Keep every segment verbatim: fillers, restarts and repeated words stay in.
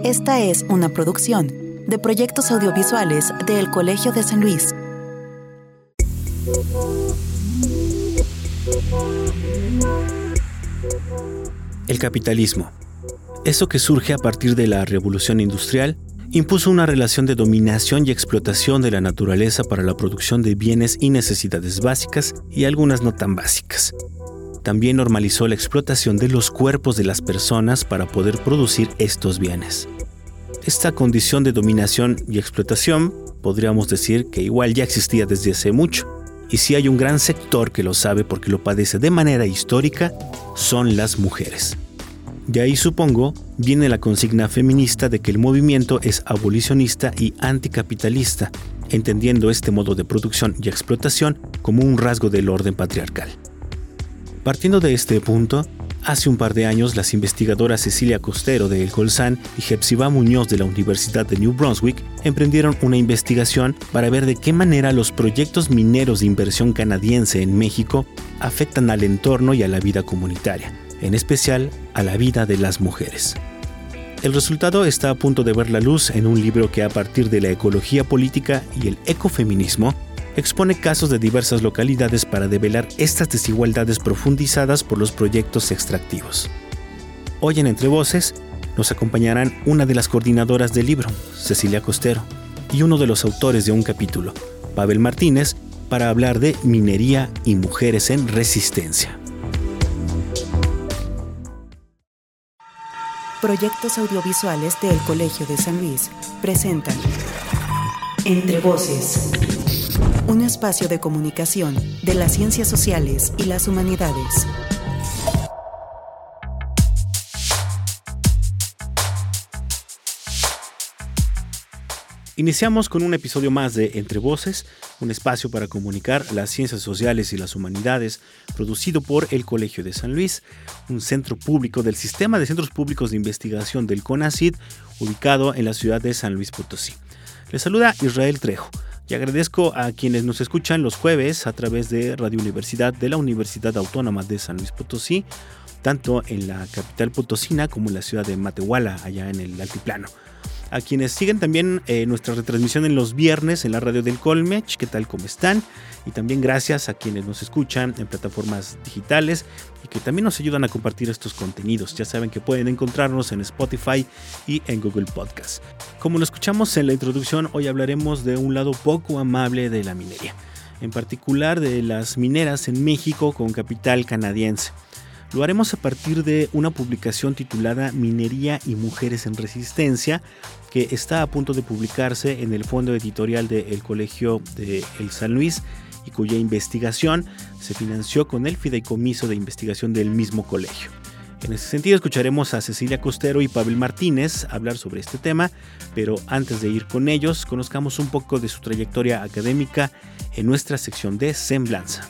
Esta es una producción de proyectos audiovisuales del Colegio de San Luis. El capitalismo, eso que surge a partir de la revolución industrial, impuso una relación de dominación y explotación de la naturaleza para la producción de bienes y necesidades básicas y algunas no tan básicas. También normalizó la explotación de los cuerpos de las personas para poder producir estos bienes. Esta condición de dominación y explotación, podríamos decir que igual ya existía desde hace mucho. Y si hay un gran sector que lo sabe porque lo padece de manera histórica, son las mujeres. De ahí, supongo, viene la consigna feminista de que el movimiento es abolicionista y anticapitalista, entendiendo este modo de producción y explotación como un rasgo del orden patriarcal. Partiendo de este punto, hace un par de años las investigadoras Cecilia Costero de El Colsan y Hepzibah Muñoz de la Universidad de New Brunswick emprendieron una investigación para ver de qué manera los proyectos mineros de inversión canadiense en México afectan al entorno y a la vida comunitaria, en especial a la vida de las mujeres. El resultado está a punto de ver la luz en un libro que, a partir de la ecología política y el ecofeminismo, expone casos de diversas localidades para develar estas desigualdades profundizadas por los proyectos extractivos. Hoy en Entre Voces nos acompañarán una de las coordinadoras del libro, Cecilia Costero, y uno de los autores de un capítulo, Pavel Martínez, para hablar de minería y mujeres en resistencia. Proyectos audiovisuales del Colegio de San Luis presentan Entre Voces, un espacio de comunicación de las ciencias sociales y las humanidades. Iniciamos con un episodio más de Entre Voces, un espacio para comunicar las ciencias sociales y las humanidades, producido por el Colegio de San Luis, un centro público del Sistema de Centros Públicos de Investigación del CONACYT, ubicado en la ciudad de San Luis Potosí. Les saluda Israel Trejo y agradezco a quienes nos escuchan los jueves a través de Radio Universidad de la Universidad Autónoma de San Luis Potosí, tanto en la capital potosina como en la ciudad de Matehuala, allá en el altiplano. A quienes siguen también eh, nuestra retransmisión en los viernes en la radio del Colmech, ¿qué tal? ¿Cómo están? Y también gracias a quienes nos escuchan en plataformas digitales y que también nos ayudan a compartir estos contenidos. Ya saben que pueden encontrarnos en Spotify y en Google Podcast. Como lo escuchamos en la introducción, hoy hablaremos de un lado poco amable de la minería, en particular de las mineras en México con capital canadiense. Lo haremos a partir de una publicación titulada Minería y Mujeres en Resistencia, que está a punto de publicarse en el fondo editorial del Colegio de El San Luis y cuya investigación se financió con el fideicomiso de investigación del mismo colegio. En ese sentido, escucharemos a Cecilia Costero y Pavel Martínez hablar sobre este tema, pero antes de ir con ellos, conozcamos un poco de su trayectoria académica en nuestra sección de Semblanza.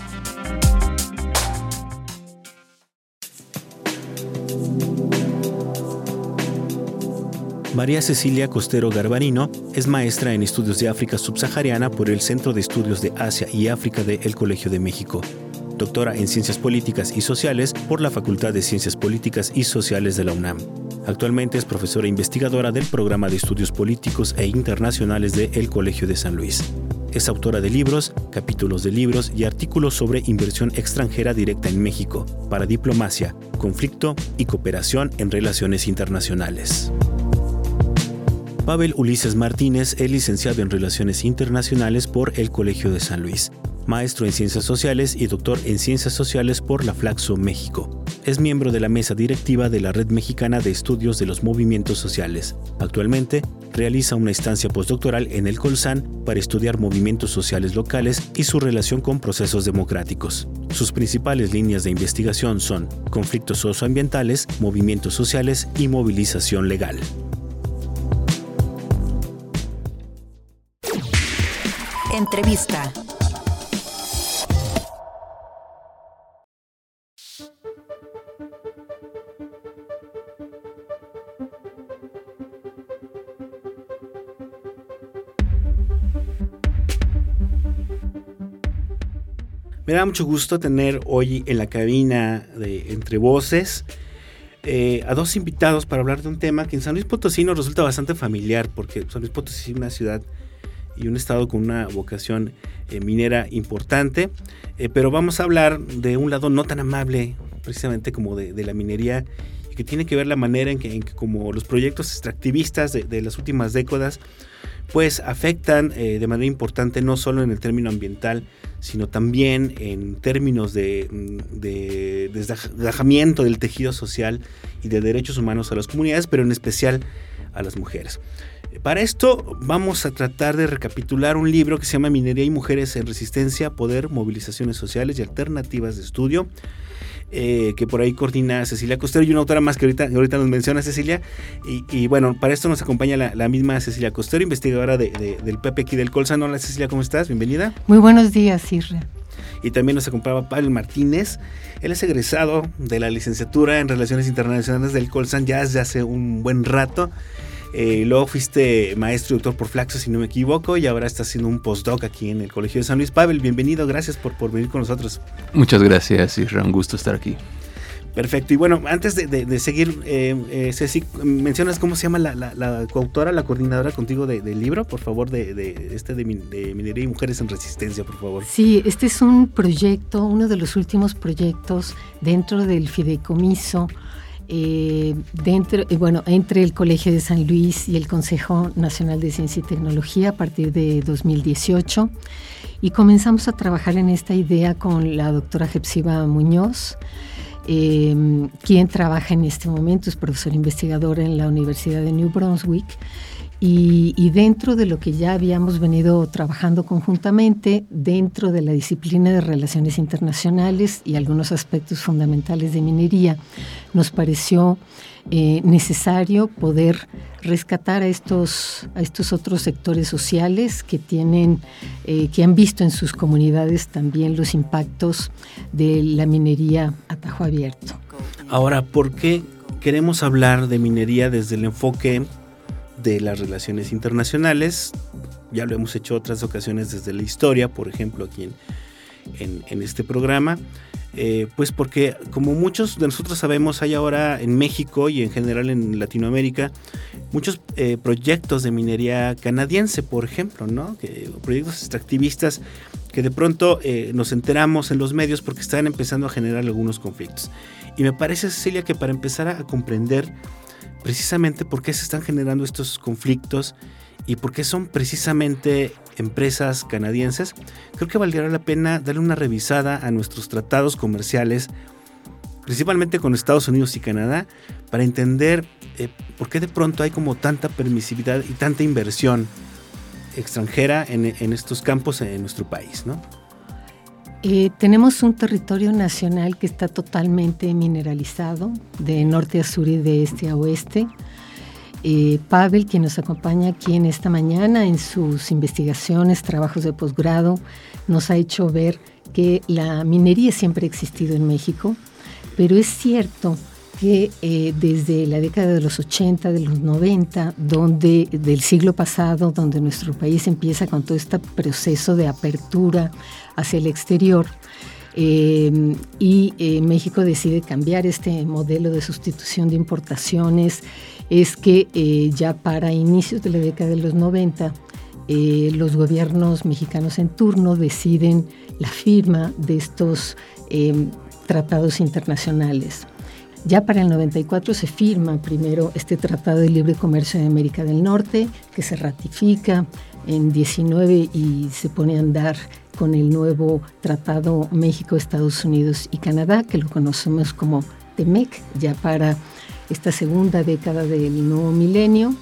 María Cecilia Costero Garbarino es maestra en estudios de África subsahariana por el Centro de Estudios de Asia y África del Colegio de México, doctora en Ciencias Políticas y Sociales por la Facultad de Ciencias Políticas y Sociales de la UNAM. Actualmente es profesora investigadora del Programa de Estudios Políticos e Internacionales del Colegio de San Luis. Es autora de libros, capítulos de libros y artículos sobre inversión extranjera directa en México, para diplomacia, conflicto y cooperación en relaciones internacionales. Pavel Ulises Martínez es licenciado en Relaciones Internacionales por el Colegio de San Luis, maestro en Ciencias Sociales y doctor en Ciencias Sociales por la Flaxo México. Es miembro de la mesa directiva de la Red Mexicana de Estudios de los Movimientos Sociales. Actualmente, realiza una estancia postdoctoral en el Colsan para estudiar movimientos sociales locales y su relación con procesos democráticos. Sus principales líneas de investigación son conflictos socioambientales, movimientos sociales y movilización legal. Entrevista. Me da mucho gusto tener hoy en la cabina de Entre Voces eh, a dos invitados para hablar de un tema que en San Luis Potosí nos resulta bastante familiar, porque San Luis Potosí es una ciudad y un estado con una vocación eh, minera importante, eh, pero vamos a hablar de un lado no tan amable, precisamente como de, de la minería, y que tiene que ver la manera en que, en que como los proyectos extractivistas de, de las últimas décadas pues afectan eh, de manera importante no solo en el término ambiental, sino también en términos de, de desgajamiento del tejido social y de derechos humanos a las comunidades, pero en especial a las mujeres. Para esto vamos a tratar de recapitular un libro que se llama Minería y Mujeres en Resistencia, Poder, Movilizaciones Sociales y Alternativas de Estudio, eh, que por ahí coordina Cecilia Costero y una autora más que ahorita, ahorita nos menciona Cecilia. Y, y bueno, para esto nos acompaña la, la misma Cecilia Costero, investigadora de, de, del P P aquí del Colsan. Hola Cecilia, ¿cómo estás? Bienvenida. Muy buenos días, Isra. Y también nos acompaña Pablo Martínez. Él es egresado de la licenciatura en Relaciones Internacionales del Colsan ya desde hace un buen rato. Eh, luego fuiste maestro y doctor por Flaxo, si no me equivoco, y ahora estás haciendo un postdoc aquí en el Colegio de San Luis. Pavel, bienvenido, gracias por, por venir con nosotros. Muchas gracias, Isra, un gusto estar aquí. Perfecto, y bueno, antes de, de, de seguir, eh, eh, Ceci, ¿mencionas cómo se llama la, la, la coautora, la coordinadora contigo de, del libro, por favor, de, de este de, de Minería y Mujeres en Resistencia, por favor? Sí, este es un proyecto, uno de los últimos proyectos dentro del fideicomiso, Eh, dentro, eh, bueno, entre el Colegio de San Luis y el Consejo Nacional de Ciencia y Tecnología a partir de dos mil dieciocho, y comenzamos a trabajar en esta idea con la doctora Hepsiba Muñoz, eh, quien trabaja en este momento, es profesora investigadora en la Universidad de New Brunswick, y, y dentro de lo que ya habíamos venido trabajando conjuntamente, dentro de la disciplina de Relaciones Internacionales y algunos aspectos fundamentales de minería, nos pareció eh, necesario poder rescatar a estos, a estos otros sectores sociales que tienen, eh, que han visto en sus comunidades también los impactos de la minería a tajo abierto. Ahora, ¿por qué queremos hablar de minería desde el enfoque de las relaciones internacionales? Ya lo hemos hecho otras ocasiones desde la historia, por ejemplo, aquí en, en, en este programa. Eh, pues porque, como muchos de nosotros sabemos, hay ahora en México y en general en Latinoamérica muchos eh, proyectos de minería canadiense, por ejemplo, ¿no? Que, proyectos extractivistas que de pronto eh, nos enteramos en los medios porque están empezando a generar algunos conflictos. Y me parece, Cecilia, que para empezar a comprender precisamente por qué se están generando estos conflictos y por qué son precisamente empresas canadienses, creo que valdría la pena darle una revisada a nuestros tratados comerciales, principalmente con Estados Unidos y Canadá, para entender eh, por qué de pronto hay como tanta permisividad y tanta inversión extranjera en, en estos campos en nuestro país, ¿no? Eh, tenemos un territorio nacional que está totalmente mineralizado, de norte a sur y de este a oeste. Eh, Pavel, quien nos acompaña aquí en esta mañana en sus investigaciones, trabajos de posgrado, nos ha hecho ver que la minería siempre ha existido en México, pero es cierto que eh, desde la década de los ochenta, de los noventa, donde, del siglo pasado, donde nuestro país empieza con todo este proceso de apertura hacia el exterior, eh, y eh, México decide cambiar este modelo de sustitución de importaciones, es que eh, ya para inicios de la década de los noventa, eh, los gobiernos mexicanos en turno deciden la firma de estos eh, tratados internacionales. Ya para el noventa y cuatro se firma primero este Tratado de Libre Comercio de América del Norte, que se ratifica en diecinueve y se pone a andar con el nuevo Tratado México, Estados Unidos y Canadá, que lo conocemos como T M E C, ya para esta segunda década del nuevo milenio,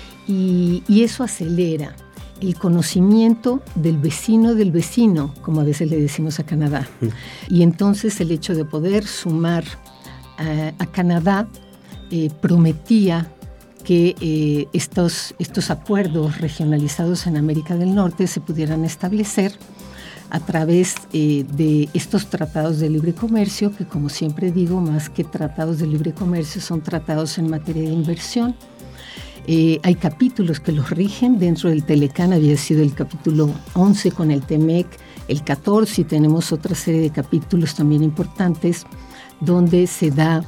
y, y eso acelera el conocimiento del vecino del vecino, como a veces le decimos a Canadá. Y entonces el hecho de poder sumar a, a Canadá eh, prometía que eh, estos, estos acuerdos regionalizados en América del Norte se pudieran establecer a través eh, de estos tratados de libre comercio, que como siempre digo, más que tratados de libre comercio, son tratados en materia de inversión. Eh, hay capítulos que los rigen. Dentro del Telecán había sido el capítulo once con el T M E C, el catorce, y tenemos otra serie de capítulos también importantes donde se da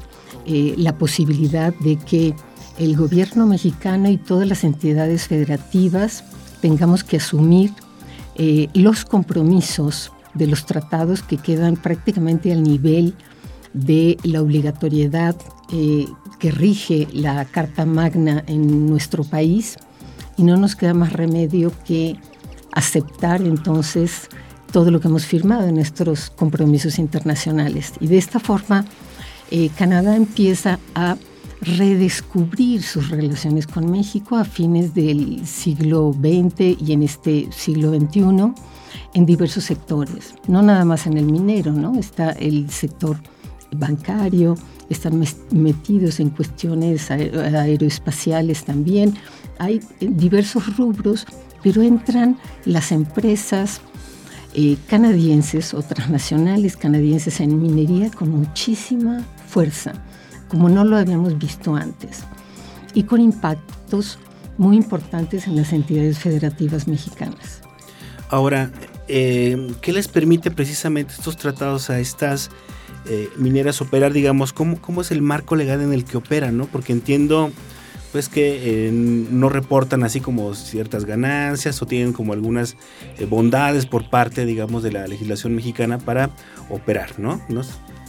eh, la posibilidad de que el gobierno mexicano y todas las entidades federativas tengamos que asumir eh, los compromisos de los tratados que quedan prácticamente al nivel de la obligatoriedad eh, que rige la Carta Magna en nuestro país, y no nos queda más remedio que aceptar entonces todo lo que hemos firmado en nuestros compromisos internacionales. Y de esta forma, eh, Canadá empieza a redescubrir sus relaciones con México a fines del siglo veinte y en este siglo veintiuno en diversos sectores, no nada más en el minero, ¿no? Está el sector bancario, están metidos en cuestiones aeroespaciales también, hay diversos rubros, pero entran las empresas eh, canadienses o transnacionales canadienses en minería con muchísima fuerza, como no lo habíamos visto antes, y con impactos muy importantes en las entidades federativas mexicanas. Ahora, eh, ¿qué les permite precisamente estos tratados a estas eh, mineras operar? Digamos, ¿cómo, ¿cómo es el marco legal en el que operan, ¿no? Porque entiendo pues que eh, no reportan así como ciertas ganancias o tienen como algunas eh, bondades por parte, digamos, de la legislación mexicana para operar, ¿no? ¿No?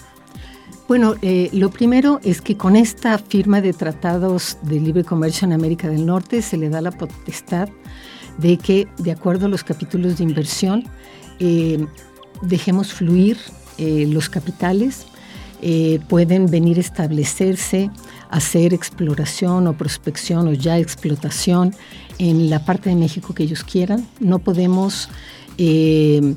Bueno, eh, lo primero es que con esta firma de tratados de libre comercio en América del Norte se le da la potestad de que, de acuerdo a los capítulos de inversión, eh, dejemos fluir eh, los capitales, eh, pueden venir a establecerse, hacer exploración o prospección o ya explotación en la parte de México que ellos quieran. No podemos eh,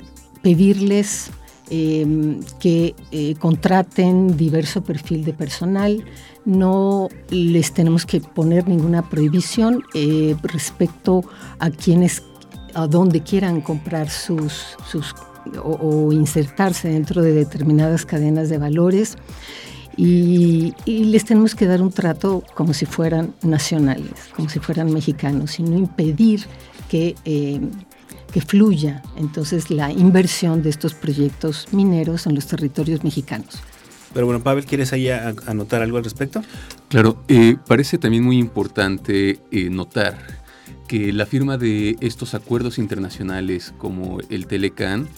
pedirles Eh, que eh, contraten diverso perfil de personal, no les tenemos que poner ninguna prohibición eh, respecto a quienes, a dónde quieran comprar sus, sus o, o insertarse dentro de determinadas cadenas de valores, y, y les tenemos que dar un trato como si fueran nacionales, como si fueran mexicanos, y no impedir que eh, que fluya entonces la inversión de estos proyectos mineros en los territorios mexicanos. Pero bueno, Pavel, ¿quieres ahí a, a anotar algo al respecto? Claro, eh, parece también muy importante eh, notar que la firma de estos acuerdos internacionales como el Telecán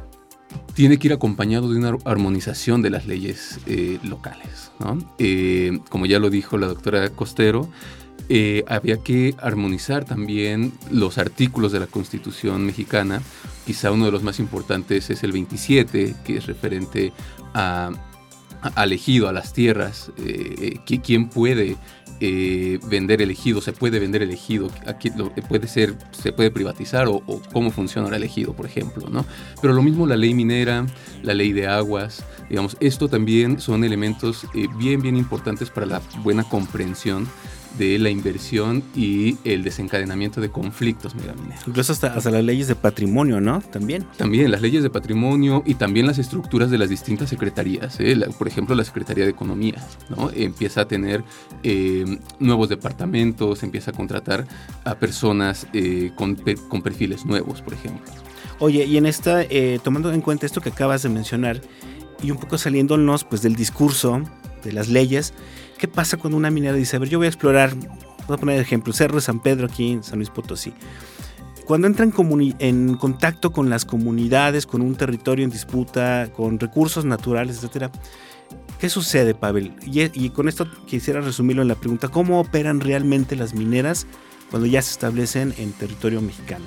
tiene que ir acompañado de una armonización de las leyes eh, locales, ¿no? Eh, como ya lo dijo la doctora Costero, Eh, había que armonizar también los artículos de la Constitución mexicana. Quizá uno de los más importantes es el veintisiete, que es referente a, a, al ejido, a las tierras. Eh, ¿Quién puede eh, vender el ejido? ¿Se puede vender el ejido? Aquí lo, puede ser, ¿se puede privatizar? O, o ¿cómo funciona el ejido, por ejemplo, ¿no? Pero lo mismo la ley minera, la ley de aguas. Digamos, esto también son elementos eh, bien, bien importantes para la buena comprensión de la inversión y el desencadenamiento de conflictos megamineros. Incluso hasta, hasta las leyes de patrimonio, ¿no? También. También las leyes de patrimonio y también las estructuras de las distintas secretarías. ¿eh? La, por ejemplo, la Secretaría de Economía, ¿no? Empieza a tener eh, nuevos departamentos, empieza a contratar a personas eh, con, con perfiles nuevos, por ejemplo. Oye, y en esta, eh, tomando en cuenta esto que acabas de mencionar y un poco saliéndonos pues del discurso, de las leyes, ¿qué pasa cuando una minera dice, a ver, yo voy a explorar, voy a poner ejemplo, Cerro de San Pedro aquí en San Luis Potosí? Cuando entra en, comuni- en contacto con las comunidades, con un territorio en disputa, con recursos naturales, etcétera, ¿qué sucede, Pavel? Y, y con esto quisiera resumirlo en la pregunta, ¿cómo operan realmente las mineras cuando ya se establecen en territorio mexicano,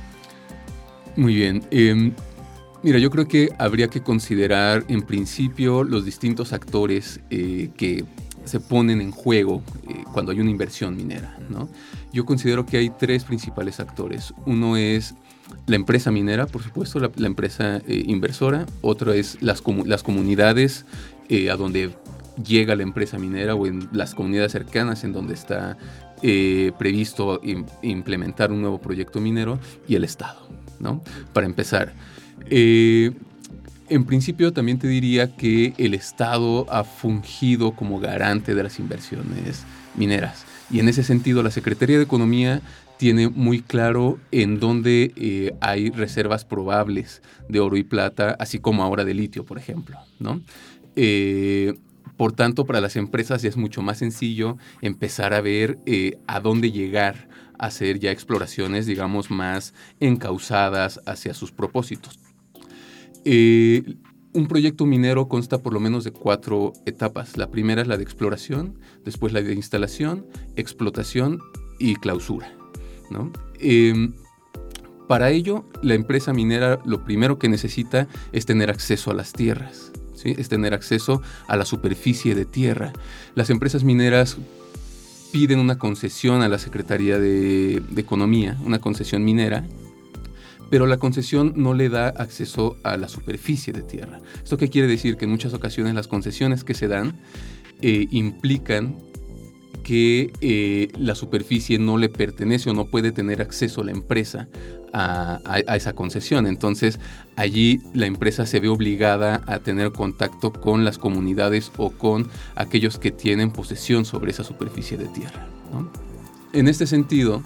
¿no? Muy bien. Eh, mira, yo creo que habría que considerar en principio los distintos actores eh, que se ponen en juego eh, cuando hay una inversión minera, ¿no? Yo considero que hay tres principales actores. Uno es la empresa minera, por supuesto, la, la empresa eh, inversora. Otro es las, comu- las comunidades eh, a donde llega la empresa minera o en las comunidades cercanas en donde está eh, previsto im- implementar un nuevo proyecto minero, y el Estado, ¿no? Para empezar, eh, en principio también te diría que el Estado ha fungido como garante de las inversiones mineras, y en ese sentido la Secretaría de Economía tiene muy claro en dónde eh, hay reservas probables de oro y plata, así como ahora de litio, por ejemplo, ¿no? Eh, Por tanto, para las empresas ya es mucho más sencillo empezar a ver eh, a dónde llegar a hacer ya exploraciones, digamos, más encauzadas hacia sus propósitos. Eh, un proyecto minero consta por lo menos de cuatro etapas. La primera es la de exploración, después la de instalación, explotación y clausura, ¿no? Eh, para ello, la empresa minera lo primero que necesita es tener acceso a las tierras, ¿sí? Es tener acceso a la superficie de tierra. Las empresas mineras piden una concesión a la Secretaría de, de Economía, una concesión minera, pero la concesión no le da acceso a la superficie de tierra. ¿Esto qué quiere decir? Que en muchas ocasiones las concesiones que se dan eh, implican que eh, la superficie no le pertenece o no puede tener acceso a la empresa a, a, a esa concesión. Entonces, allí la empresa se ve obligada a tener contacto con las comunidades o con aquellos que tienen posesión sobre esa superficie de tierra, ¿no? En este sentido,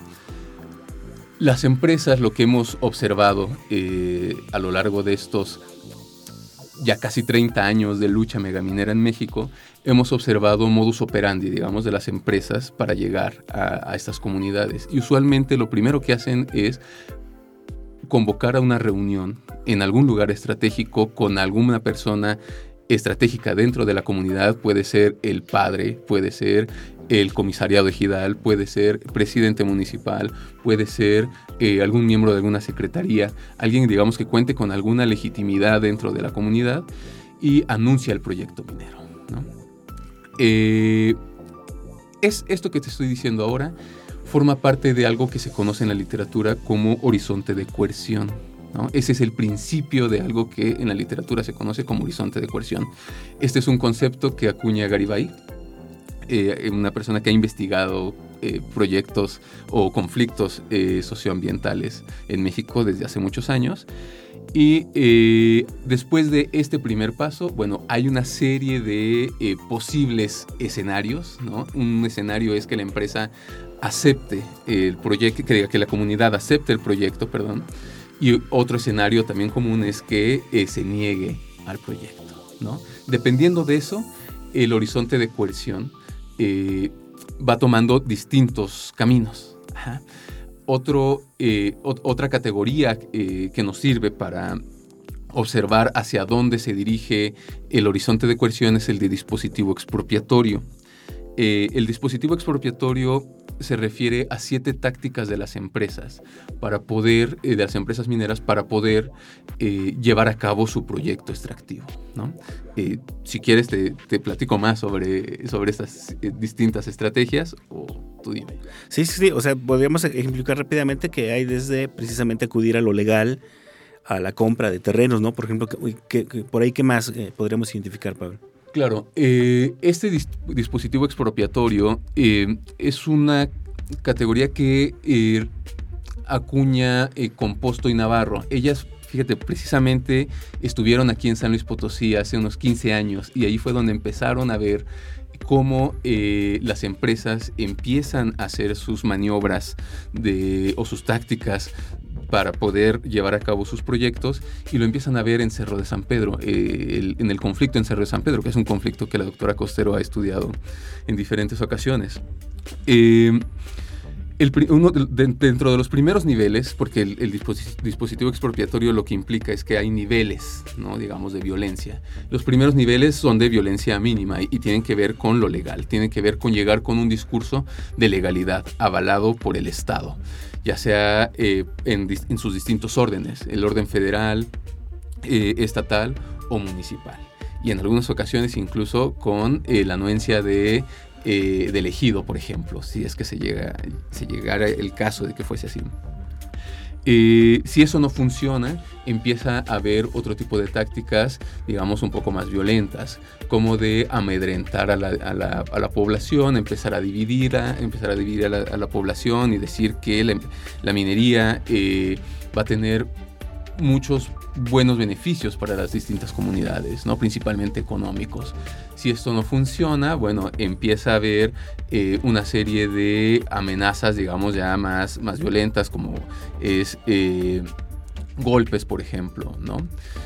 las empresas, lo que hemos observado eh, a lo largo de estos ya casi treinta años de lucha megaminera en México, hemos observado modus operandi, digamos, de las empresas para llegar a, a estas comunidades. Y usualmente lo primero que hacen es convocar a una reunión en algún lugar estratégico con alguna persona estratégica dentro de la comunidad. Puede ser el padre, puede ser el comisariado ejidal, puede ser presidente municipal, puede ser eh, algún miembro de alguna secretaría, alguien, digamos, que cuente con alguna legitimidad dentro de la comunidad y anuncia el proyecto minero, ¿no? Eh, es esto que te estoy diciendo ahora forma parte de algo que se conoce en la literatura como horizonte de coerción, ¿no? Ese es el principio de algo que en la literatura se conoce como horizonte de coerción. Este es un concepto que acuña Garibay, eh, una persona que ha investigado eh, proyectos o conflictos eh, socioambientales en México desde hace muchos años. Y eh, después de este primer paso, bueno, hay una serie de eh, posibles escenarios, ¿no? Un escenario es que la empresa acepte el proyecto, que diga que la comunidad acepte el proyecto, perdón. Y otro escenario también común es que eh, se niegue al proyecto, ¿no? Dependiendo de eso, el horizonte de coerción eh, va tomando distintos caminos. Ajá. Otro, eh, otra categoría eh, que nos sirve para observar hacia dónde se dirige el horizonte de coerción es el de dispositivo expropiatorio. Eh, el dispositivo expropiatorio se refiere a siete tácticas de las empresas para poder, eh, de las empresas mineras para poder eh, llevar a cabo su proyecto extractivo, ¿no? Eh, si quieres te, te platico más sobre, sobre estas eh, distintas estrategias, o tú dime. Sí, sí, sí, o sea, podríamos ejemplificar rápidamente que hay desde precisamente acudir a lo legal, a la compra de terrenos, ¿no? Por ejemplo, que, que, que por ahí, ¿qué más eh, podríamos identificar, Pablo? Claro, eh, este dis- dispositivo expropiatorio eh, es una categoría que eh, acuña eh, Composto y Navarro. Ellas, fíjate, precisamente estuvieron aquí en San Luis Potosí hace unos quince años y ahí fue donde empezaron a ver cómo eh, las empresas empiezan a hacer sus maniobras de, o sus tácticas para poder llevar a cabo sus proyectos, y lo empiezan a ver en Cerro de San Pedro, eh, el, en el conflicto en Cerro de San Pedro, que es un conflicto que la doctora Costero ha estudiado en diferentes ocasiones. Eh, el, uno de, de, dentro de los primeros niveles, porque el, el disposi- dispositivo expropiatorio lo que implica es que hay niveles, ¿no? digamos, de violencia. Los primeros niveles son de violencia mínima y, y tienen que ver con lo legal, tienen que ver con llegar con un discurso de legalidad avalado por el Estado, ya sea eh, en, en sus distintos órdenes, el orden federal, eh, estatal o municipal. Y en algunas ocasiones incluso con eh, la anuencia de, eh, del ejido, por ejemplo, si es que se, llega, se llegara el caso de que fuese así. Eh, si eso no funciona, empieza a haber otro tipo de tácticas, digamos, un poco más violentas, como de amedrentar a la, a la, a la población, empezar a dividir a, empezar a, dividir a, la, a la población y decir que la, la minería eh, va a tener muchos buenos beneficios para las distintas comunidades, ¿no? Principalmente económicos. Si esto no funciona, bueno, empieza a haber eh, una serie de amenazas, digamos, ya más, más violentas, como es eh, golpes, por ejemplo, ¿no?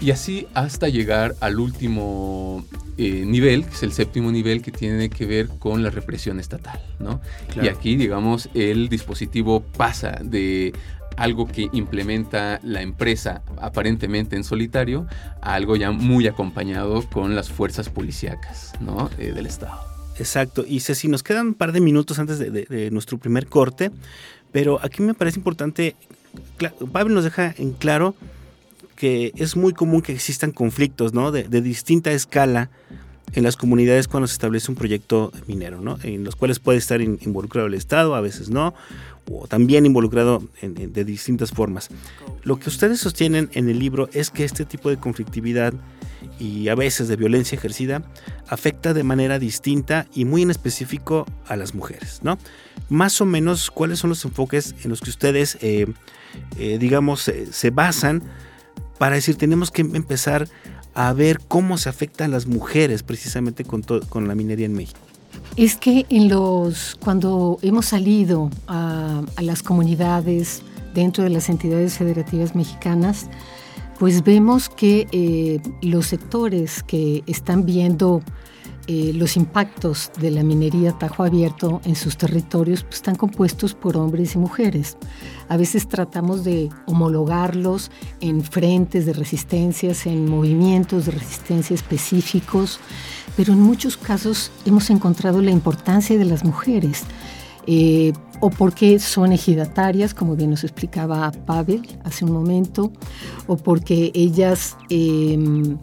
Y así hasta llegar al último eh, nivel, que es el séptimo nivel, que tiene que ver con la represión estatal, ¿no? Claro. Y aquí, digamos, el dispositivo pasa de algo que implementa la empresa aparentemente en solitario a algo ya muy acompañado con las fuerzas policíacas, ¿no? eh, del Estado. Exacto. Y Ceci, nos quedan un par de minutos antes de, de, de nuestro primer corte, pero aquí me parece importante, Pavel nos deja en claro que es muy común que existan conflictos, ¿no? de, de distinta escala en las comunidades cuando se establece un proyecto minero, ¿no? En los cuales puede estar in, involucrado el Estado, a veces no, o también involucrado en, en, de distintas formas. Lo que ustedes sostienen en el libro es que este tipo de conflictividad y a veces de violencia ejercida afecta de manera distinta y muy en específico a las mujeres, ¿no? Más o menos, ¿cuáles son los enfoques en los que ustedes, eh, eh, digamos, eh, se basan para decir, tenemos que empezar a ver cómo se afectan las mujeres precisamente con, to- con la minería en México? Es que en los, cuando hemos salido a, a las comunidades dentro de las entidades federativas mexicanas, pues vemos que eh, los sectores que están viendo eh, los impactos de la minería a tajo abierto en sus territorios pues, están compuestos por hombres y mujeres. A veces tratamos de homologarlos en frentes de resistencias, en movimientos de resistencia específicos, pero en muchos casos hemos encontrado la importancia de las mujeres, eh, o porque son ejidatarias, como bien nos explicaba Pavel hace un momento, o porque ellas eh,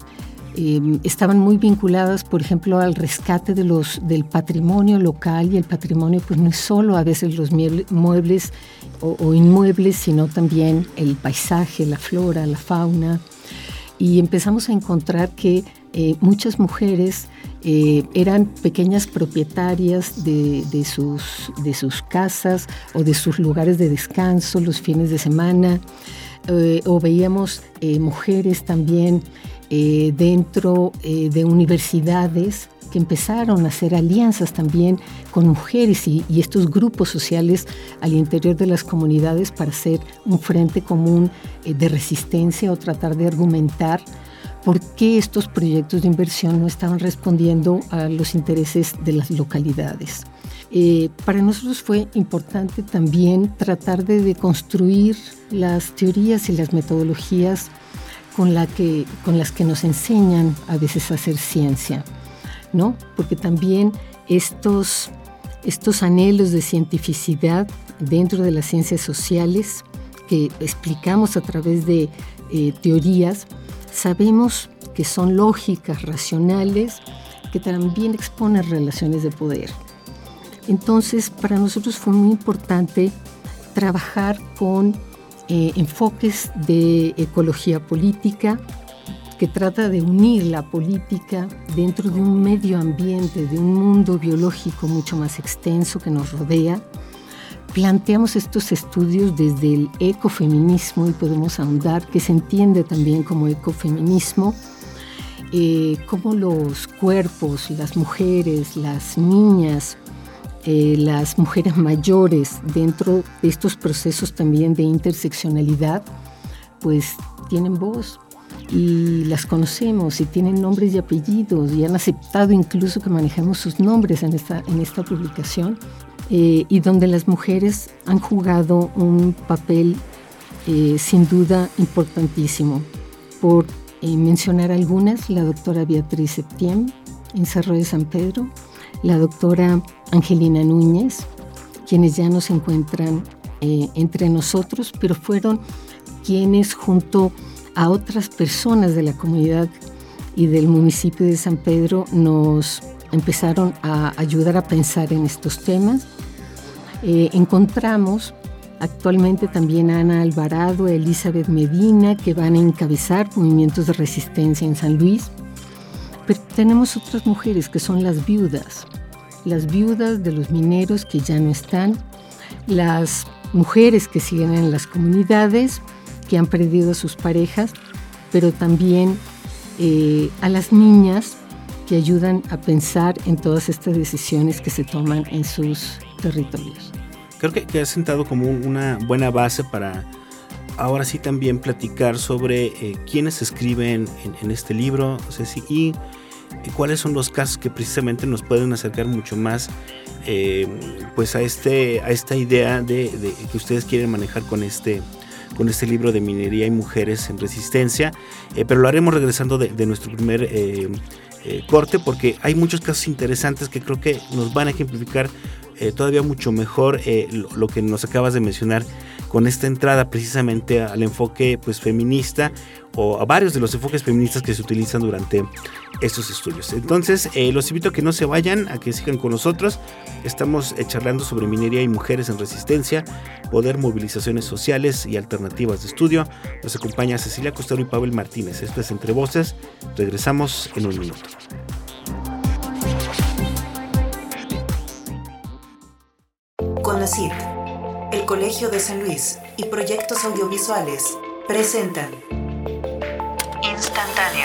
eh, estaban muy vinculadas, por ejemplo, al rescate de los, del patrimonio local, y el patrimonio pues no es solo a veces los muebles o, o inmuebles, sino también el paisaje, la flora, la fauna. Y empezamos a encontrar que eh, muchas mujeres eh, eran pequeñas propietarias de, de, sus, de sus casas o de sus lugares de descanso los fines de semana, eh, o veíamos eh, mujeres también eh, dentro eh, de universidades que empezaron a hacer alianzas también con mujeres y, y estos grupos sociales al interior de las comunidades para hacer un frente común eh, de resistencia o tratar de argumentar por qué estos proyectos de inversión no estaban respondiendo a los intereses de las localidades. Eh, para nosotros fue importante también tratar de deconstruir las teorías y las metodologías con, la que, con las que nos enseñan a veces a hacer ciencia, ¿no? Porque también estos, estos anhelos de cientificidad dentro de las ciencias sociales que explicamos a través de eh, teorías, sabemos que son lógicas, racionales, que también exponen relaciones de poder. Entonces, para nosotros fue muy importante trabajar con eh, enfoques de ecología política, que trata de unir la política dentro de un medio ambiente, de un mundo biológico mucho más extenso que nos rodea. Planteamos estos estudios desde el ecofeminismo y podemos ahondar que se entiende también como ecofeminismo, eh, cómo los cuerpos, las mujeres, las niñas, eh, las mujeres mayores dentro de estos procesos también de interseccionalidad, pues tienen voz y las conocemos y tienen nombres y apellidos y han aceptado incluso que manejemos sus nombres en esta, en esta publicación. Eh, y donde las mujeres han jugado un papel eh, sin duda importantísimo. Por eh, mencionar algunas, la doctora Beatriz Septiem en Cerro de San Pedro, la doctora Angelina Núñez, quienes ya no se encuentran eh, entre nosotros, pero fueron quienes junto a otras personas de la comunidad y del municipio de San Pedro nos empezaron a ayudar a pensar en estos temas. Eh, encontramos actualmente también a Ana Alvarado, a Elizabeth Medina, que van a encabezar movimientos de resistencia en San Luis. Pero tenemos otras mujeres que son las viudas, las viudas de los mineros que ya no están, las mujeres que siguen en las comunidades, que han perdido a sus parejas, pero también eh, a las niñas que ayudan a pensar en todas estas decisiones que se toman en sus territorios. Creo que, que has sentado como una buena base para ahora sí también platicar sobre eh, quiénes escriben en, en este libro, Ceci, y eh, cuáles son los casos que precisamente nos pueden acercar mucho más eh, pues a, este, a esta idea de, de que ustedes quieren manejar con este, con este libro de Minería y Mujeres en Resistencia, eh, pero lo haremos regresando de, de nuestro primer eh, eh, corte, porque hay muchos casos interesantes que creo que nos van a ejemplificar eh, todavía mucho mejor eh, lo, lo que nos acabas de mencionar con esta entrada precisamente al enfoque pues feminista, o a varios de los enfoques feministas que se utilizan durante estos estudios. Entonces eh, los invito a que no se vayan, a que sigan con nosotros. Estamos eh, charlando sobre minería y mujeres en resistencia, poder, movilizaciones sociales y alternativas de estudio. Nos acompaña Cecilia Costero y Pavel Martínez. Esto es Entre Voces. Regresamos en un minuto. CONACYT, el Colegio de San Luis y Proyectos Audiovisuales presentan Instantánea.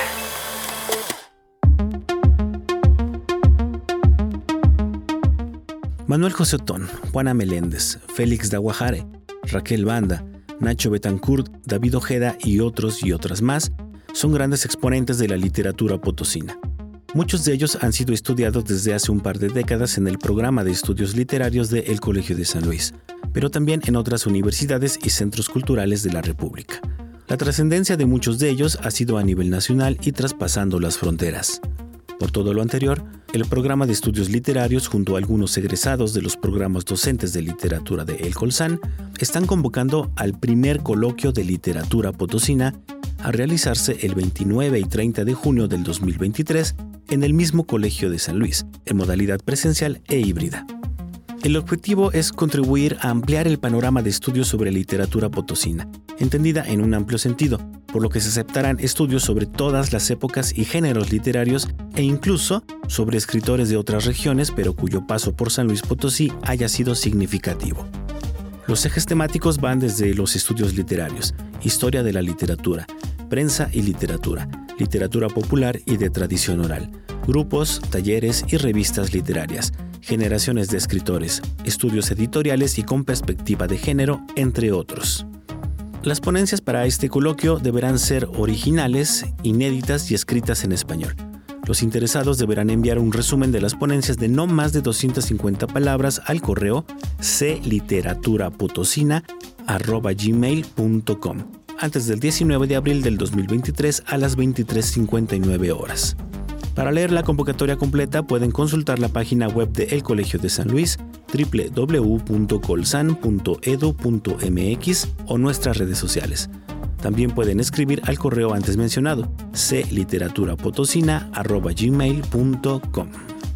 Manuel José Otón, Juana Meléndez, Félix Daguajare, Raquel Banda, Nacho Betancourt, David Ojeda y otros y otras más son grandes exponentes de la literatura potosina. Muchos de ellos han sido estudiados desde hace un par de décadas en el programa de estudios literarios de El Colegio de San Luis, pero también en otras universidades y centros culturales de la República. La trascendencia de muchos de ellos ha sido a nivel nacional y traspasando las fronteras. Por todo lo anterior, el programa de estudios literarios junto a algunos egresados de los programas docentes de literatura de El Colsan están convocando al primer coloquio de literatura potosina a realizarse el veintinueve y treinta de junio del dos mil veintitrés en el mismo Colegio de San Luis, en modalidad presencial e híbrida. El objetivo es contribuir a ampliar el panorama de estudios sobre literatura potosina, entendida en un amplio sentido, por lo que se aceptarán estudios sobre todas las épocas y géneros literarios e incluso sobre escritores de otras regiones, pero cuyo paso por San Luis Potosí haya sido significativo. Los ejes temáticos van desde los estudios literarios, historia de la literatura, prensa y literatura, literatura popular y de tradición oral, grupos, talleres y revistas literarias, generaciones de escritores, estudios editoriales y con perspectiva de género, entre otros. Las ponencias para este coloquio deberán ser originales, inéditas y escritas en español. Los interesados deberán enviar un resumen de las ponencias de no más de doscientas cincuenta palabras al correo c literatura potosina arroba gmail punto com antes del diecinueve de abril del dos mil veintitrés a las veintitrés cincuenta y nueve horas. Para leer la convocatoria completa pueden consultar la página web de El Colegio de San Luis, doble u doble u doble u punto colsan punto edu punto m x o nuestras redes sociales. También pueden escribir al correo antes mencionado, c literatura potosina arroba gmail punto com.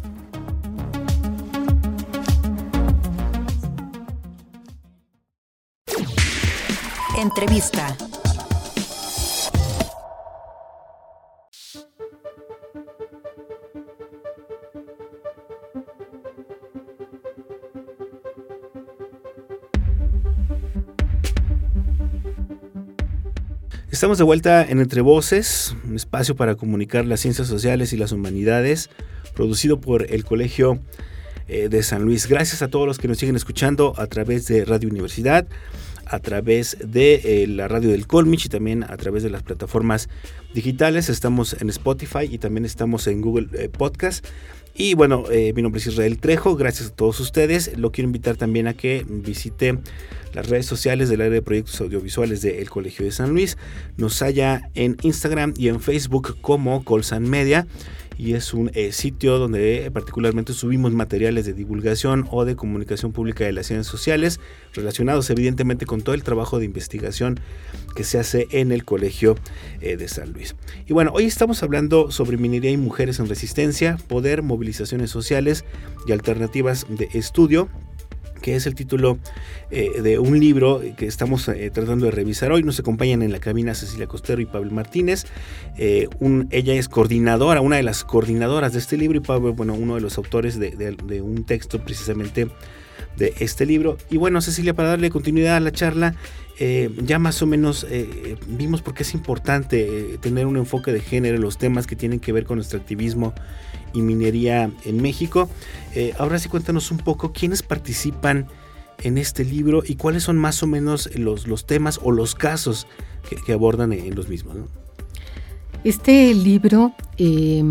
Entrevista. Estamos de vuelta en Entre Voces, un espacio para comunicar las ciencias sociales y las humanidades, producido por el Colegio eh, de San Luis. Gracias a todos los que nos siguen escuchando a través de Radio Universidad, a través de eh, la radio del Colmich y también a través de las plataformas digitales. Estamos en Spotify y también estamos en Google eh, Podcast. Y bueno, eh, mi nombre es Israel Trejo, gracias a todos ustedes. Lo quiero invitar también a que visite las redes sociales del área de proyectos audiovisuales del Colegio de San Luis. Nos halla en Instagram y en Facebook como Colsan Media. Y es un eh, sitio donde eh, particularmente subimos materiales de divulgación o de comunicación pública de las ciencias sociales relacionados evidentemente con todo el trabajo de investigación que se hace en el Colegio eh, de San Luis. Y bueno, hoy estamos hablando sobre minería y mujeres en resistencia, poder, movilizaciones sociales y alternativas de estudio, que es el título eh, de un libro que estamos eh, tratando de revisar hoy. Nos acompañan en la cabina Cecilia Costero y Pavel Martínez. Eh, un, ella es coordinadora, una de las coordinadoras de este libro, y Pavel, bueno, uno de los autores de, de, de un texto precisamente de este libro. Y bueno, Cecilia, para darle continuidad a la charla, eh, ya más o menos eh, vimos por qué es importante eh, tener un enfoque de género en los temas que tienen que ver con nuestro activismo y minería en México. Eh, ahora sí, cuéntanos un poco quiénes participan en este libro y cuáles son más o menos los, los temas o los casos que, que abordan en los mismos, ¿no? Este libro eh,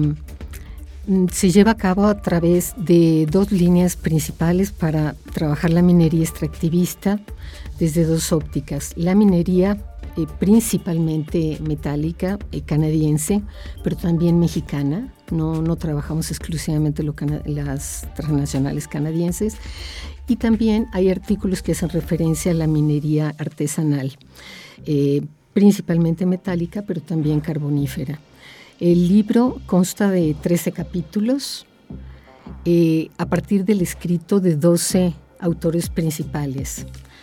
se lleva a cabo a través de dos líneas principales para trabajar la minería extractivista desde dos ópticas. La minería eh, principalmente metálica, eh, canadiense, pero también mexicana. No, no trabajamos exclusivamente lo cana- las transnacionales canadienses. Y también hay artículos que hacen referencia a la minería artesanal, eh, principalmente metálica, pero también carbonífera. El libro consta de trece capítulos, eh, a partir del escrito de doce autores principales.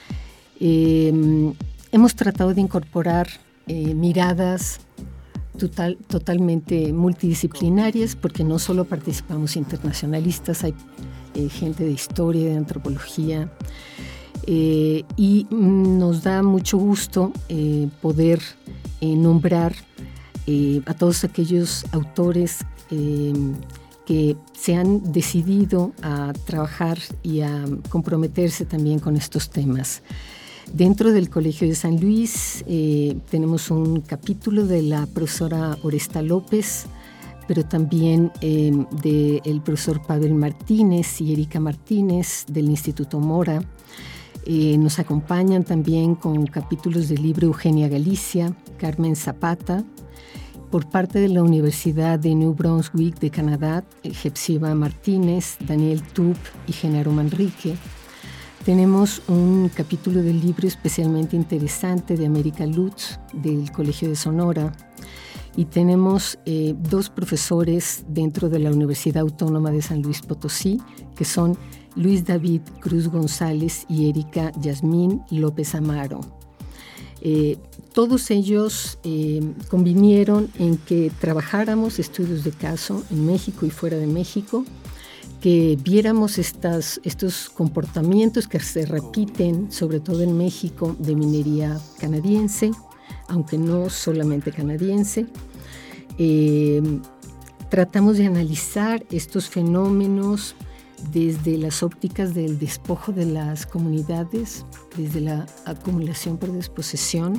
Eh, hemos tratado de incorporar eh, miradas total, totalmente multidisciplinarias, porque no solo participamos internacionalistas, hay eh, gente de historia, de antropología, eh, y nos da mucho gusto eh, poder eh, nombrar eh, a todos aquellos autores eh, que se han decidido a trabajar y a comprometerse también con estos temas. Dentro del Colegio de San Luis eh, tenemos un capítulo de la profesora Oresta López, pero también eh, del profesor Pavel Martínez y Erika Martínez del Instituto Mora. Eh, nos acompañan también con capítulos del libro Eugenia Galicia, Carmen Zapata. Por parte de la Universidad de New Brunswick de Canadá, Hepzibah Martínez, Daniel Tup y Genaro Manrique. Tenemos un capítulo del libro especialmente interesante de América Lutz, del Colegio de Sonora. Y tenemos eh, dos profesores dentro de la Universidad Autónoma de San Luis Potosí, que son Luis David Cruz González y Erika Yasmín López Amaro. Eh, todos ellos eh, convinieron en que trabajáramos estudios de caso en México y fuera de México, que viéramos estas, estos comportamientos que se repiten, sobre todo en México, de minería canadiense, aunque no solamente canadiense. Eh, tratamos de analizar estos fenómenos desde las ópticas del despojo de las comunidades, desde la acumulación por desposesión,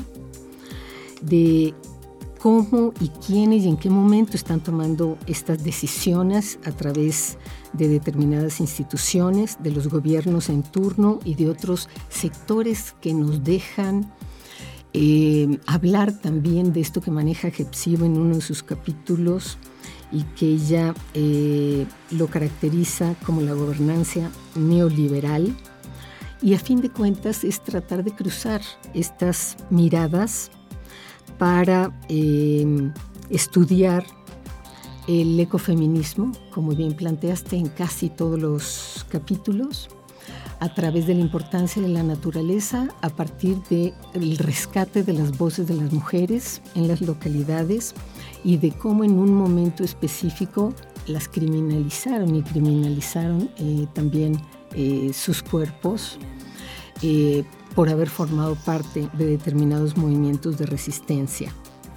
de cómo y quiénes y en qué momento están tomando estas decisiones a través de determinadas instituciones, de los gobiernos en turno y de otros sectores que nos dejan eh, hablar también de esto que maneja Hepzibah en uno de sus capítulos y que ella eh, lo caracteriza como la gobernanza neoliberal. Y a fin de cuentas es tratar de cruzar estas miradas para eh, estudiar el ecofeminismo, como bien planteaste en casi todos los capítulos, a través de la importancia de la naturaleza, a partir del rescate de las voces de las mujeres en las localidades y de cómo en un momento específico las criminalizaron y criminalizaron eh, también eh, sus cuerpos eh, por haber formado parte de determinados movimientos de resistencia.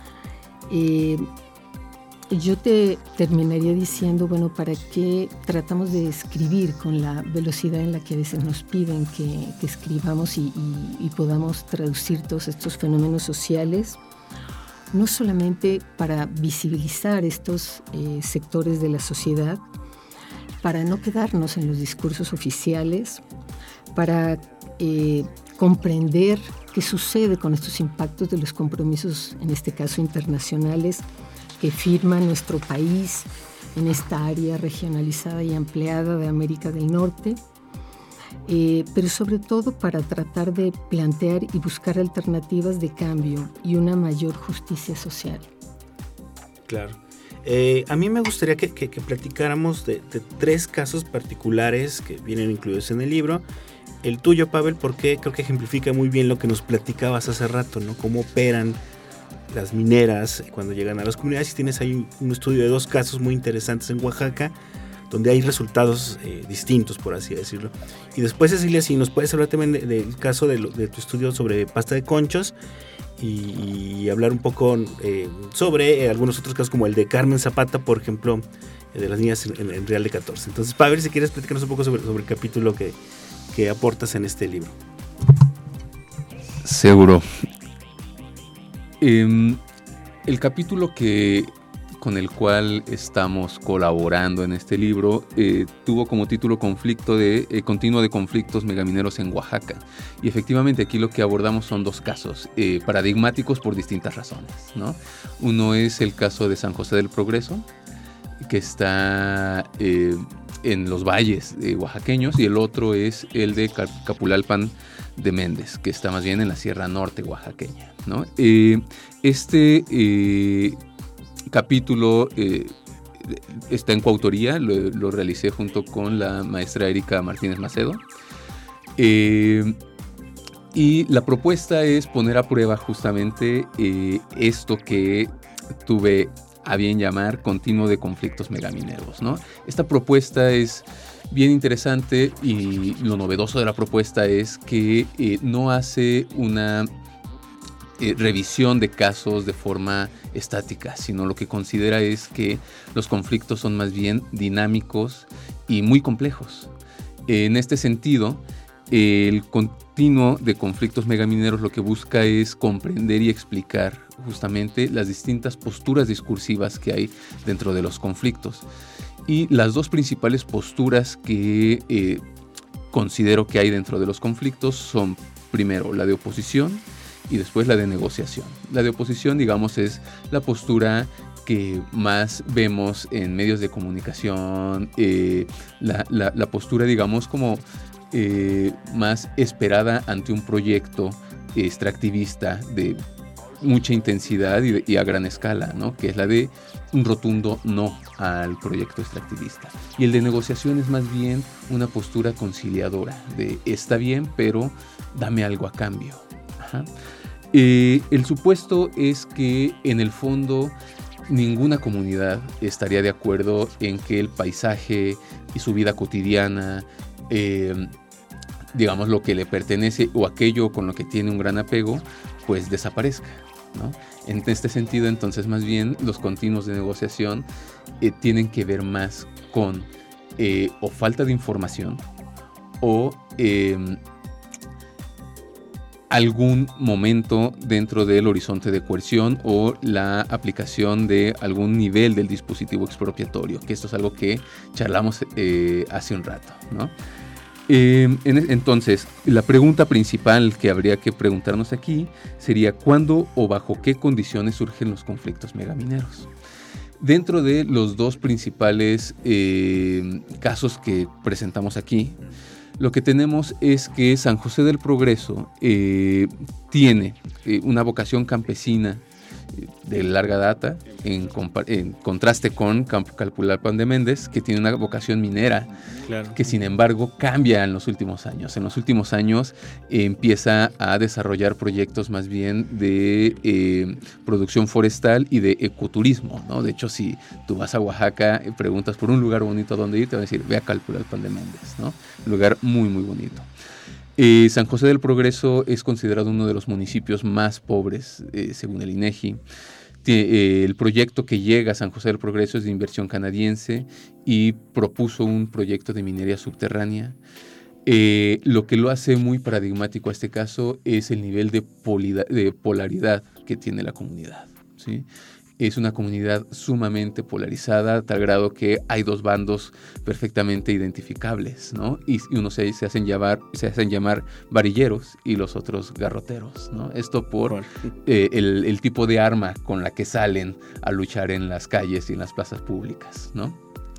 Eh, yo te terminaría diciendo, bueno, ¿para qué tratamos de escribir con la velocidad en la que a veces nos piden que, que escribamos y, y, y podamos traducir todos estos fenómenos sociales? No solamente para visibilizar estos eh, sectores de la sociedad, para no quedarnos en los discursos oficiales, para eh, comprender qué sucede con estos impactos de los compromisos, en este caso internacionales, que firma nuestro país en esta área regionalizada y ampliada de América del Norte, eh, pero sobre todo para tratar de plantear y buscar alternativas de cambio y una mayor justicia social. Claro. Eh, a mí me gustaría que, que, que platicáramos de, de tres casos particulares que vienen incluidos en el libro. El tuyo, Pavel, porque creo que ejemplifica muy bien lo que nos platicabas hace rato, ¿no? Cómo operan las mineras cuando llegan a las comunidades. Y tienes ahí un estudio de dos casos muy interesantes en Oaxaca, donde hay resultados eh, distintos, por así decirlo. Y después, Cecilia, si nos puedes hablar también del de, de caso de, lo, de tu estudio sobre pasta de conchos y, y hablar un poco eh, sobre eh, algunos otros casos como el de Carmen Zapata, por ejemplo, eh, de las niñas en, en Real de catorce. Entonces, Pavel, si quieres platicarnos un poco sobre, sobre el capítulo que, que aportas en este libro. Seguro. Eh, el capítulo que, con el cual estamos colaborando en este libro eh, tuvo como título conflicto de, eh, Continuo de conflictos megamineros en Oaxaca. Y efectivamente aquí lo que abordamos son dos casos eh, paradigmáticos por distintas razones, ¿no? Uno es el caso de San José del Progreso, que está eh, en los valles eh, oaxaqueños, y el otro es el de Capulalpan de Méndez, que está más bien en la Sierra Norte oaxaqueña, ¿no? Eh, este eh, capítulo eh, está en coautoría, lo, lo realicé junto con la maestra Erika Martínez Macedo. Eh, y la propuesta es poner a prueba justamente eh, esto que tuve a bien llamar continuo de conflictos megamineros, ¿no? Esta propuesta es bien interesante y lo novedoso de la propuesta es que eh, no hace una eh, revisión de casos de forma estática, sino lo que considera es que los conflictos son más bien dinámicos y muy complejos. En este sentido, el continuo de conflictos megamineros lo que busca es comprender y explicar justamente las distintas posturas discursivas que hay dentro de los conflictos. Y las dos principales posturas que eh, considero que hay dentro de los conflictos son, primero, la de oposición y después la de negociación. La de oposición, digamos, es la postura que más vemos en medios de comunicación, eh, la, la, la postura, digamos, como eh, más esperada ante un proyecto extractivista de mucha intensidad y, de, y a gran escala, ¿no? Que es la de un rotundo no al proyecto extractivista. Y el de negociación es más bien una postura conciliadora, de está bien, pero dame algo a cambio. Ajá. Eh, el supuesto es que en el fondo ninguna comunidad estaría de acuerdo en que el paisaje y su vida cotidiana, eh, digamos lo que le pertenece o aquello con lo que tiene un gran apego, pues desaparezca, ¿no? En este sentido, entonces, más bien los continuos de negociación eh, tienen que ver más con eh, o falta de información o eh, algún momento dentro del horizonte de coerción o la aplicación de algún nivel del dispositivo expropiatorio, que esto es algo que charlamos eh, hace un rato, ¿no? Eh, en, entonces, la pregunta principal que habría que preguntarnos aquí sería ¿cuándo o bajo qué condiciones surgen los conflictos megamineros? Dentro de los dos principales eh, casos que presentamos aquí, lo que tenemos es que San José del Progreso eh, tiene eh, una vocación campesina de larga data, en, en contraste con Capulalpan de Méndez, que tiene una vocación minera, claro, que sin embargo cambia en los últimos años. En los últimos años eh, empieza a desarrollar proyectos más bien de eh, producción forestal y de ecoturismo, ¿no? De hecho, si tú vas a Oaxaca y preguntas por un lugar bonito donde ir, te van a decir, ve a Capulalpan de Méndez, ¿no? Un lugar muy, muy bonito. Eh, San José del Progreso es considerado uno de los municipios más pobres, eh, según el INEGI. Eh, el proyecto que llega a San José del Progreso es de inversión canadiense y propuso un proyecto de minería subterránea. Eh, lo que lo hace muy paradigmático a este caso es el nivel de, polida- de polaridad que tiene la comunidad, ¿sí? Es una comunidad sumamente polarizada, a tal grado que hay dos bandos perfectamente identificables, ¿no? Y, y unos se, se, hacen llamar, se hacen llamar varilleros y los otros garroteros, ¿no? Esto por eh, el, el tipo de arma con la que salen a luchar en las calles y en las plazas públicas, ¿no?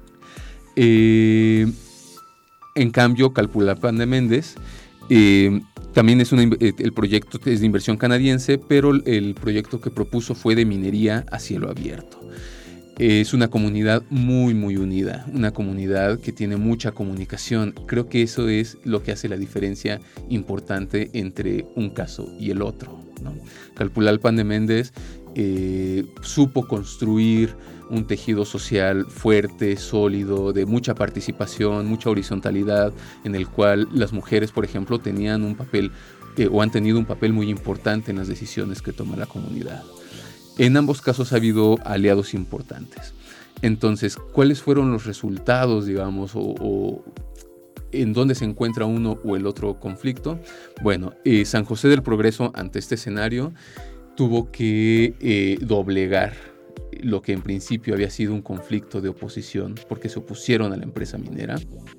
Eh, en cambio, Capulalpan de Méndez eh, también es una, el proyecto es de inversión canadiense, pero el proyecto que propuso fue de minería a cielo abierto. Es una comunidad muy, muy unida, una comunidad que tiene mucha comunicación. Creo que eso es lo que hace la diferencia importante entre un caso y el otro, ¿no? Capulalpan de Méndez eh, supo construir un tejido social fuerte, sólido, de mucha participación, mucha horizontalidad, en el cual las mujeres, por ejemplo, tenían un papel eh, o han tenido un papel muy importante en las decisiones que toma la comunidad. En ambos casos ha habido aliados importantes. Entonces, ¿cuáles fueron los resultados, digamos, o, o en dónde se encuentra uno o el otro conflicto. Bueno, eh, San José del Progreso, ante este escenario, tuvo que eh, doblegar lo que en principio había sido un conflicto de oposición, porque se opusieron a la empresa minera.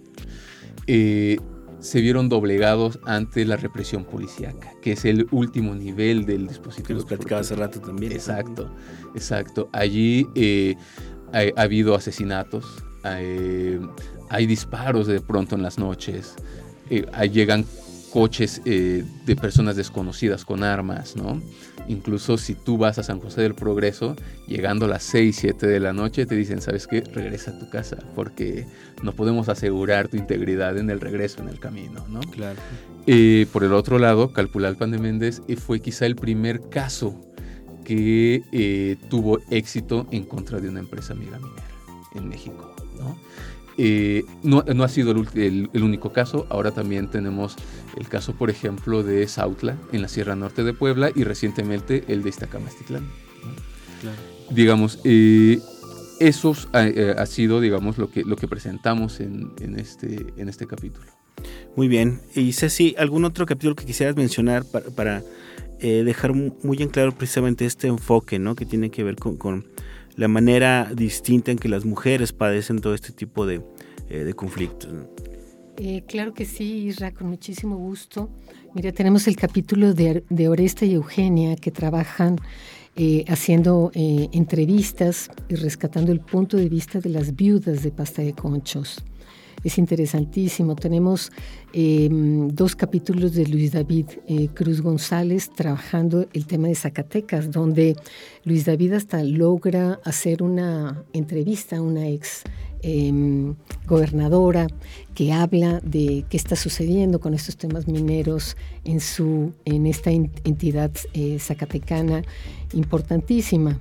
Eh, se vieron doblegados ante la represión policíaca, que es el último nivel del dispositivo. Que los platicaba hace rato también. Exacto, exacto. Allí eh, ha, ha habido asesinatos, eh, hay disparos de pronto en las noches, eh, ahí llegan coches eh, de personas desconocidas con armas, ¿no? Incluso si tú vas a San José del Progreso, llegando a las seis, siete de la noche, te dicen, ¿sabes qué? Regresa a tu casa, porque no podemos asegurar tu integridad en el regreso, en el camino, ¿no? Claro. Eh, por el otro lado, Calpulalpan de Méndez eh, fue quizá el primer caso que eh, tuvo éxito en contra de una empresa megaminera en México, ¿no? Eh, no, no ha sido el, el, el único caso. Ahora también tenemos el caso, por ejemplo, de Sautla en la Sierra Norte de Puebla y recientemente el de Iztacamastitlán, ¿no? Claro. Digamos, eh, eso ha, ha sido, digamos, lo que, lo que presentamos en, en, este, en este capítulo. Muy bien. Y Ceci, ¿algún otro capítulo que quisieras mencionar para, para eh, dejar muy en claro precisamente este enfoque, ¿no? Que tiene que ver con, con la manera distinta en que las mujeres padecen todo este tipo de, eh, de conflictos, ¿no? Eh, claro que sí, Isra, con muchísimo gusto. Mira, tenemos el capítulo de, de Oresta y Eugenia, que trabajan eh, haciendo eh, entrevistas y rescatando el punto de vista de las viudas de Pasta de Conchos. Es interesantísimo. Tenemos eh, dos capítulos de Luis David eh, Cruz González trabajando el tema de Zacatecas, donde Luis David hasta logra hacer una entrevista a una ex eh, gobernadora que habla de qué está sucediendo con estos temas mineros en, su, en esta entidad eh, zacatecana importantísima.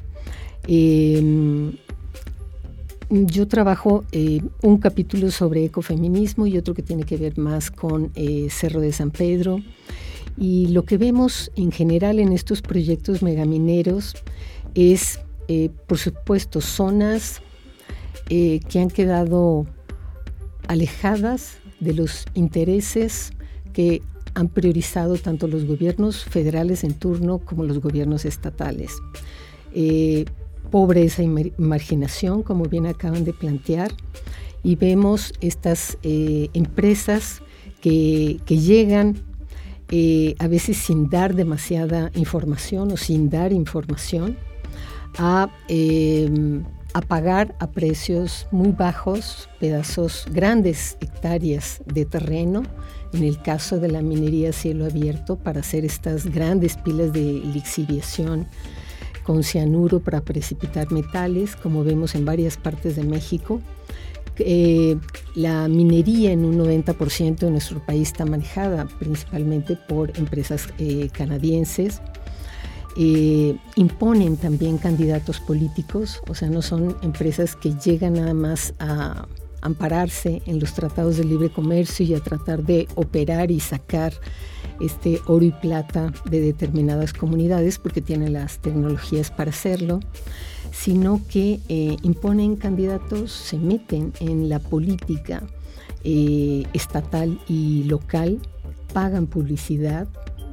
Eh, Yo trabajo eh, un capítulo sobre ecofeminismo y otro que tiene que ver más con eh, Cerro de San Pedro. Y lo que vemos en general en estos proyectos megamineros es, eh, por supuesto, zonas eh, que han quedado alejadas de los intereses que han priorizado tanto los gobiernos federales en turno como los gobiernos estatales. Eh, pobreza y marginación, como bien acaban de plantear, y vemos estas eh, empresas que, que llegan eh, a veces sin dar demasiada información o sin dar información a, eh, a pagar a precios muy bajos pedazos, grandes hectáreas de terreno, en el caso de la minería a cielo abierto, para hacer estas grandes pilas de lixiviación con cianuro para precipitar metales, como vemos en varias partes de México. Eh, la minería en un noventa por ciento de nuestro país está manejada principalmente por empresas eh, canadienses. Eh, imponen también candidatos políticos, o sea, no son empresas que llegan nada más a ampararse en los tratados de libre comercio y a tratar de operar y sacar este oro y plata de determinadas comunidades porque tienen las tecnologías para hacerlo, sino que eh, imponen candidatos, se meten en la política eh, estatal y local, pagan publicidad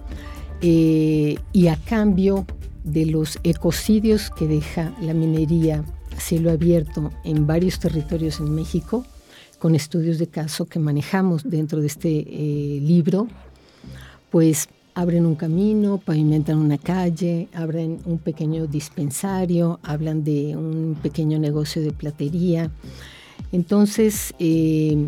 eh, y a cambio de los ecocidios que deja la minería a cielo abierto en varios territorios en México, con estudios de caso que manejamos dentro de este eh, libro, pues abren un camino, pavimentan una calle, abren un pequeño dispensario, hablan de un pequeño negocio de platería. Entonces, eh,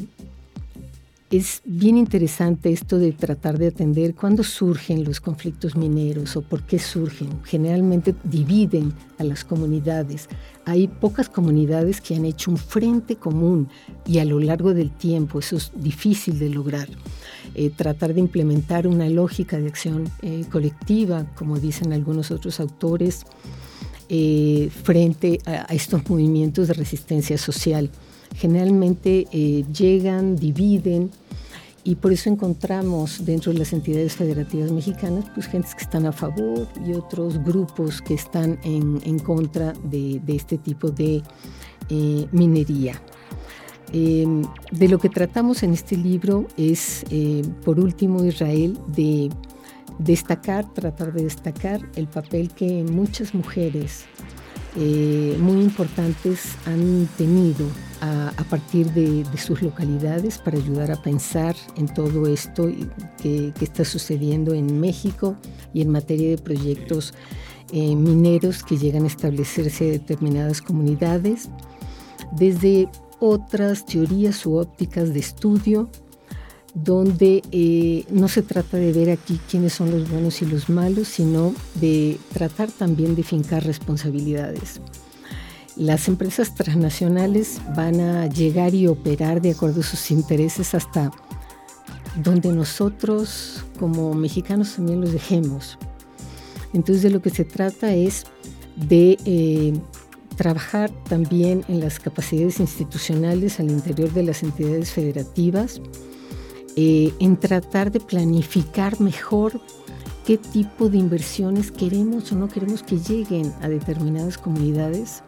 es bien interesante esto de tratar de atender cuándo surgen los conflictos mineros o por qué surgen. Generalmente dividen a las comunidades. Hay pocas comunidades que han hecho un frente común y a lo largo del tiempo eso es difícil de lograr. Eh, tratar de implementar una lógica de acción eh, colectiva, como dicen algunos otros autores, eh, frente a, a estos movimientos de resistencia social. Generalmente eh, llegan, dividen, y por eso encontramos dentro de las entidades federativas mexicanas pues gentes que están a favor y otros grupos que están en, en contra de, de este tipo de eh, minería. Eh, de lo que tratamos en este libro es, eh, por último, Israel, de destacar, tratar de destacar el papel que muchas mujeres eh, muy importantes han tenido a, a partir de, de sus localidades para ayudar a pensar en todo esto que, que está sucediendo en México y en materia de proyectos eh, mineros que llegan a establecerse en determinadas comunidades, desde otras teorías u ópticas de estudio, donde eh, no se trata de ver aquí quiénes son los buenos y los malos, sino de tratar también de fincar responsabilidades. Las empresas transnacionales van a llegar y operar de acuerdo a sus intereses hasta donde nosotros como mexicanos también los dejemos. Entonces de lo que se trata es de eh, trabajar también en las capacidades institucionales al interior de las entidades federativas, eh, en tratar de planificar mejor qué tipo de inversiones queremos o no queremos que lleguen a determinadas comunidades,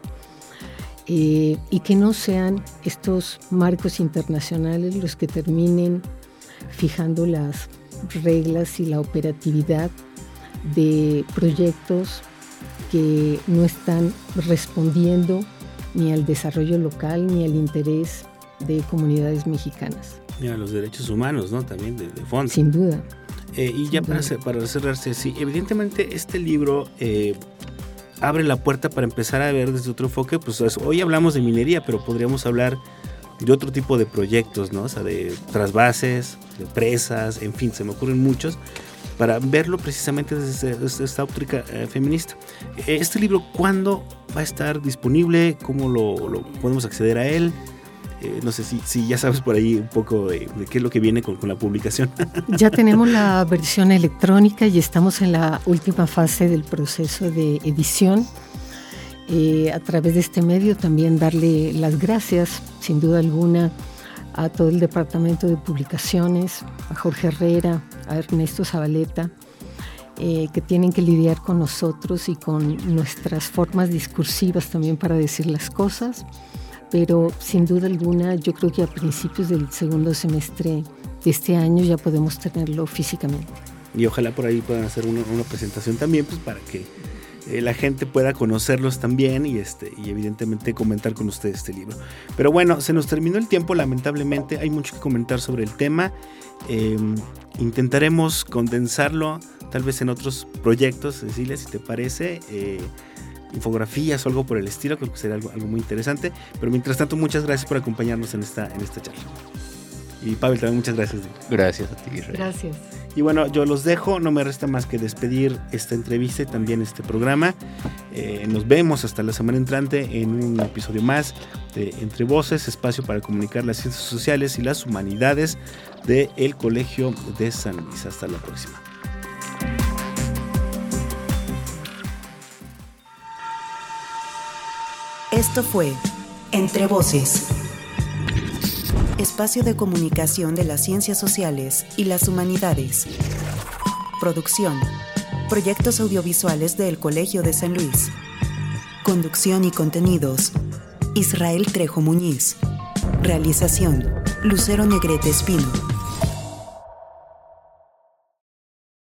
eh, y que no sean estos marcos internacionales los que terminen fijando las reglas y la operatividad de proyectos que no están respondiendo ni al desarrollo local ni al interés de comunidades mexicanas. Y a los derechos humanos, ¿no? También de, de fondo. Sin duda. Eh, y ya para, para cerrarse, sí, evidentemente este libro eh, abre la puerta para empezar a ver desde otro enfoque. Pues hoy hablamos de minería, pero podríamos hablar de otro tipo de proyectos, ¿no? O sea, de trasvases, de presas, en fin, se me ocurren muchos, para verlo precisamente desde, desde esta óptica eh, feminista. Este libro, ¿cuándo va a estar disponible? ¿Cómo lo, lo podemos acceder a él? Eh, no sé si, si ya sabes por ahí un poco de, de qué es lo que viene con, con la publicación. Ya tenemos la versión electrónica y estamos en la última fase del proceso de edición. Eh, a través de este medio también darle las gracias, sin duda alguna, a todo el departamento de publicaciones, a Jorge Herrera, a Ernesto Zabaleta, eh, que tienen que lidiar con nosotros y con nuestras formas discursivas también para decir las cosas, pero sin duda alguna yo creo que a principios del segundo semestre de este año ya podemos tenerlo físicamente. Y ojalá por ahí puedan hacer una, una presentación también, pues para que Eh, la gente pueda conocerlos también y, este, y evidentemente comentar con ustedes este libro. Pero bueno, se nos terminó el tiempo, lamentablemente. Hay mucho que comentar sobre el tema. Eh, intentaremos condensarlo tal vez en otros proyectos, Cecilia, si te parece, eh, infografías o algo por el estilo. Creo que sería algo, algo muy interesante. Pero mientras tanto, muchas gracias por acompañarnos en esta, en esta charla. Y Pavel, también muchas gracias. Gracias a ti, Israel. Gracias. Y bueno, yo los dejo, no me resta más que despedir esta entrevista y también este programa. Eh, nos vemos hasta la semana entrante en un episodio más de Entre Voces, espacio para comunicar las ciencias sociales y las humanidades del Colegio de San Luis. Hasta la próxima. Esto fue Entre Voces, espacio de comunicación de las ciencias sociales y las humanidades. Producción, proyectos audiovisuales del Colegio de San Luis. Conducción y contenidos, Israel Trejo Muñiz. Realización, Lucero Negrete Espino.